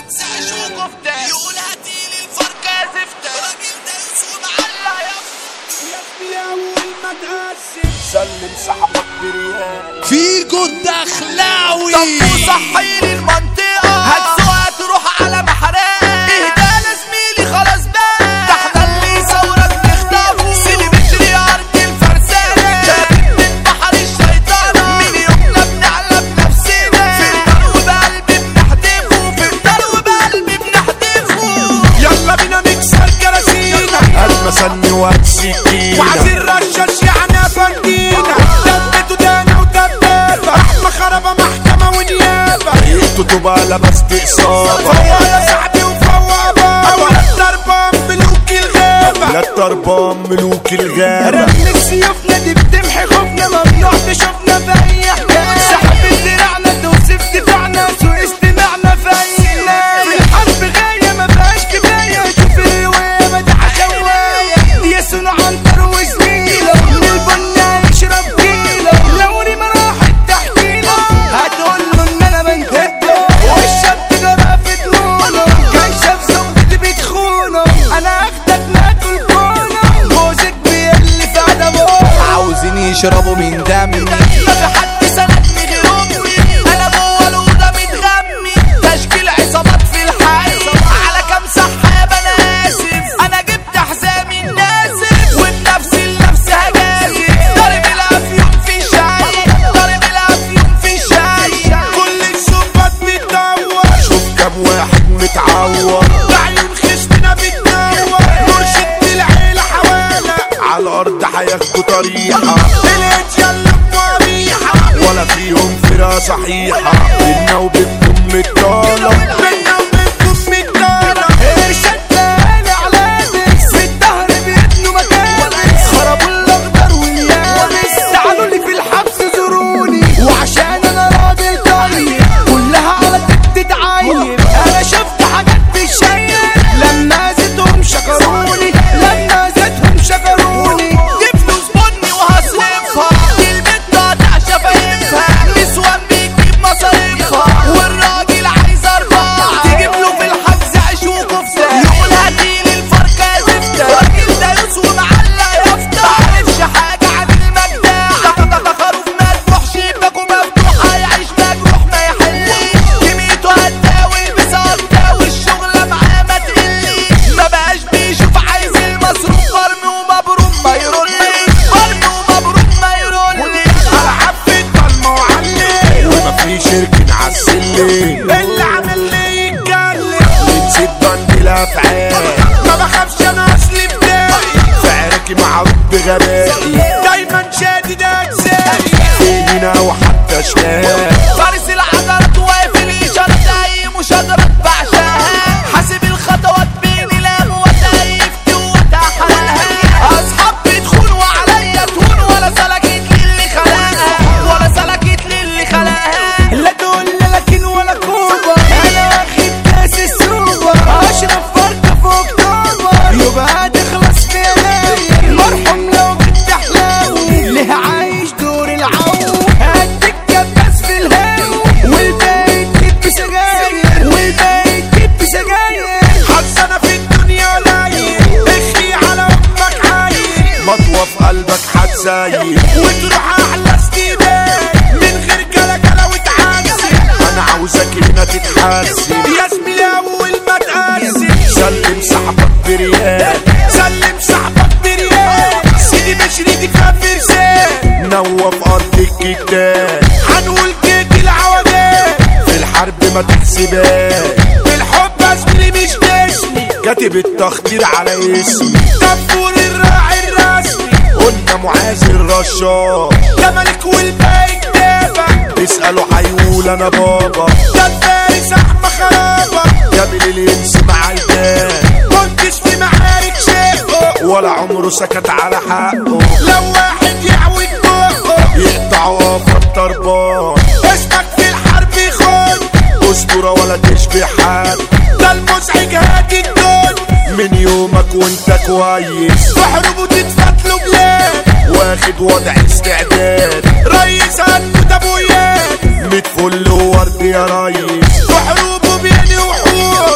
سعشو كفتة يقول هاتيلي الفرقة زفتة راجل دايس ومعلق يا اول ما تقسم سلم صاحبك بريان فيجو الدخلاوي. طب وصحيلي المنطقة هتسوق تروح على محرق اهدى زميلي خلاص بقى ده احنا اللي ثورك نخطفه سيلي ارض الفرسانة شايفين من بحر الشيطانة من يومنا بنعلى بنفسنا في الدار وبقلبي بنحدفه في الدار وبقلبي بنحدفه يلا بينا نكسر كراسينا هتمسني وهتسكينا وعايزين رشاش يعني افندينا دبته دانا ودبابة رحمة خربة محكمة ونيابة انتوا تبقى لبست اصابة فوا يا صاحبي وفوا بابا لا الضربان ملوك الغابة لا الضربان ملوك الغابة رنك سيوفنا دي بتمحي خوفنا ممنوع تشوفنا في اي حكاية سحب دراعنا توصف دفاعنا سوء استماعنا في اي ناس في الحرب غاية ما فيهاش كفاية شوف الرواية مدح شواية يا سنة عنتر وزميلة من البنا يشرب كيلة لو ريما راحت تحكيلة هتقول له ان انا بنتهده والشاب جرى في دمونه كان شاف زوجتي بتخونه انا اخدك ناكل كونه جوزك بيقل في عدمه عاوزين يشربوا من دمي ما في حد سندني غير امي انا جوه الاوضه متغمي تشكيل عصابات في الحي على كام صحه يا بنا اسف انا جبت حزامي الناسف وبنفسي لنفسي هجازف ضارب الافيون في شاي ضارب الافيون في شاي كل الشوفات بتدور شوف كام واحد متعور بعيون خشمنا بتدور مرشد العيلة حوالة على الارض هياخدوا طريحة طلعت يلا بوريحة ولا فيهم فرقة صحيحة بينا وبينكم متطالة بينا وبينكم متدارة ارشاد تاني على بيكس في الدهر بيبنوا مكانس خربوا الاخضر واليابس تعالوا لي في الحبس زوروني وعشان انا راجل طيب كلها على تكت عيب انا شفت حاجات بالشيء لما زيتهم شكروني لما زيتهم شكروني دي فلوس بني وهصرفها دي البنت قاطع شفايفها نسوان بيجيب مصاريفها والراجل عايز اربعة تجيب له في الحجز عيش وكفتة يقول هاتيلي الفرقة زفتة راجل دايس ومعلق يافطة معرفش حاجة عن المجدع ده خروف مذبوح شباكه مفتوح هيعيش مجروح ما يحليش كميته هتداوي بصدى والشغلة معاه ما تقليش ما بقاش بيشوف عايز المصروف مرمي ومبروك ما يروليش مرمي ومبروك ما يروليش العب في الضلمة وعلي وما في شركة عالسلم اللي عامل لي يتكلم نسيت بند الافعال ما بخافش انا اصلي بداعي سعركي معروف بغبائي دايما شادد اجزائي فينا وحتى شمال فارس العذرات واقف الاشارات اي مشاجرات بعشاها حاسب الخطوات بيني لام وتايفتي وتحلاها اصحاب بتخونوا عليا تهون ولا سلكت للي خلاها ولا سلكت للي خلاها لا دول لكن ولا كوبا انا واخد كاس السوبر اشرب فرقة فوق اكتوبر يبقى تخلص في يناير مرحوم لو بتحلاوي ليه عايش دور العو هديك كباس في الهاو والباقي تجيب سجاير والباقي تجيب سجاير حظنا في الدنيا قليل اخي على امك عايل مطوة في قلبك هتزايد وتروح احلى استيبان من غير كلا وتعانسي انا عاوزك هنا تتحسن يا زميلي اول ما تقاسي سلم صاحبك بريان سلم صاحبك بريان سيدي بشريدي كافر سان نوف ارض الكتاب هنقول كيك العوجات في الحرب ما تحسبهاش بالحب يا زميلي مش تسمي كاتب التخدير على اسمي دبور الراعي الرسمي قلنا معاذ الرشاش ده ملك والباقي كتابة اسأله هيقول انا بابا ده الفارس احمى خرابة جابل الانس مع الجان كنتش في معارك شيخه ولا عمره سكت على حقه لو واحد يعوج بقه يقطع وفا الطربان اسمك في الحرب يخون اسطورة ولا تشبه حد ده المزعج هادي الدون من يومك وانت كويس في حروب وتتفتلوا بلاد واخد وضع استعداد ريس هنموت ابويات 100 فل وورد يا ريس في حروب وبيني وحور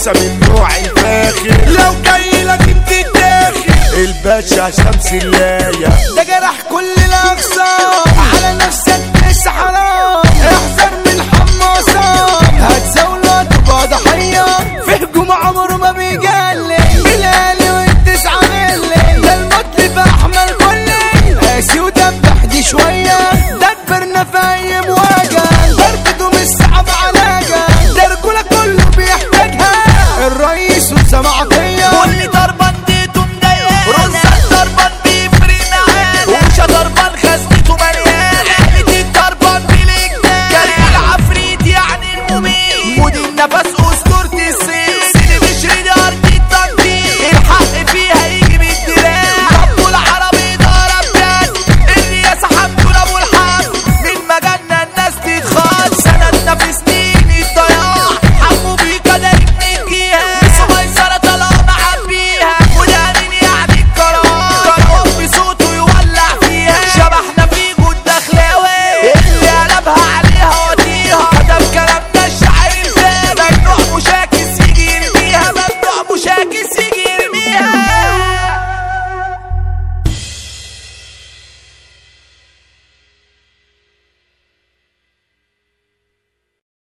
حماسة من نوع الفاخر، لو جاي لازم تتاخد. الباشا شمس الله